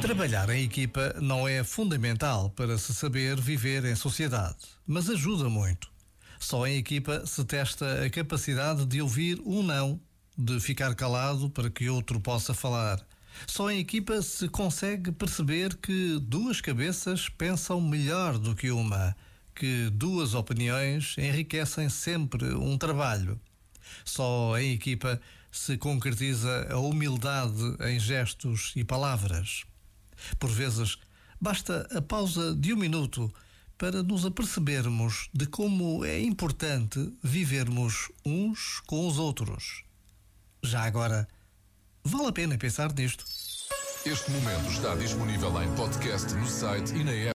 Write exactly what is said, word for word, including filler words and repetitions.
Trabalhar em equipa não é fundamental para se saber viver em sociedade, mas ajuda muito. Só em equipa se testa a capacidade de ouvir um não, de ficar calado para que outro possa falar. Só em equipa se consegue perceber que duas cabeças pensam melhor do que uma, que duas opiniões enriquecem sempre um trabalho. Só em equipa se concretiza a humildade em gestos e palavras. Por vezes, basta a pausa de um minuto para nos apercebermos de como é importante vivermos uns com os outros. Já agora, vale a pena pensar nisto. Este momento está disponível em podcast no site e na app.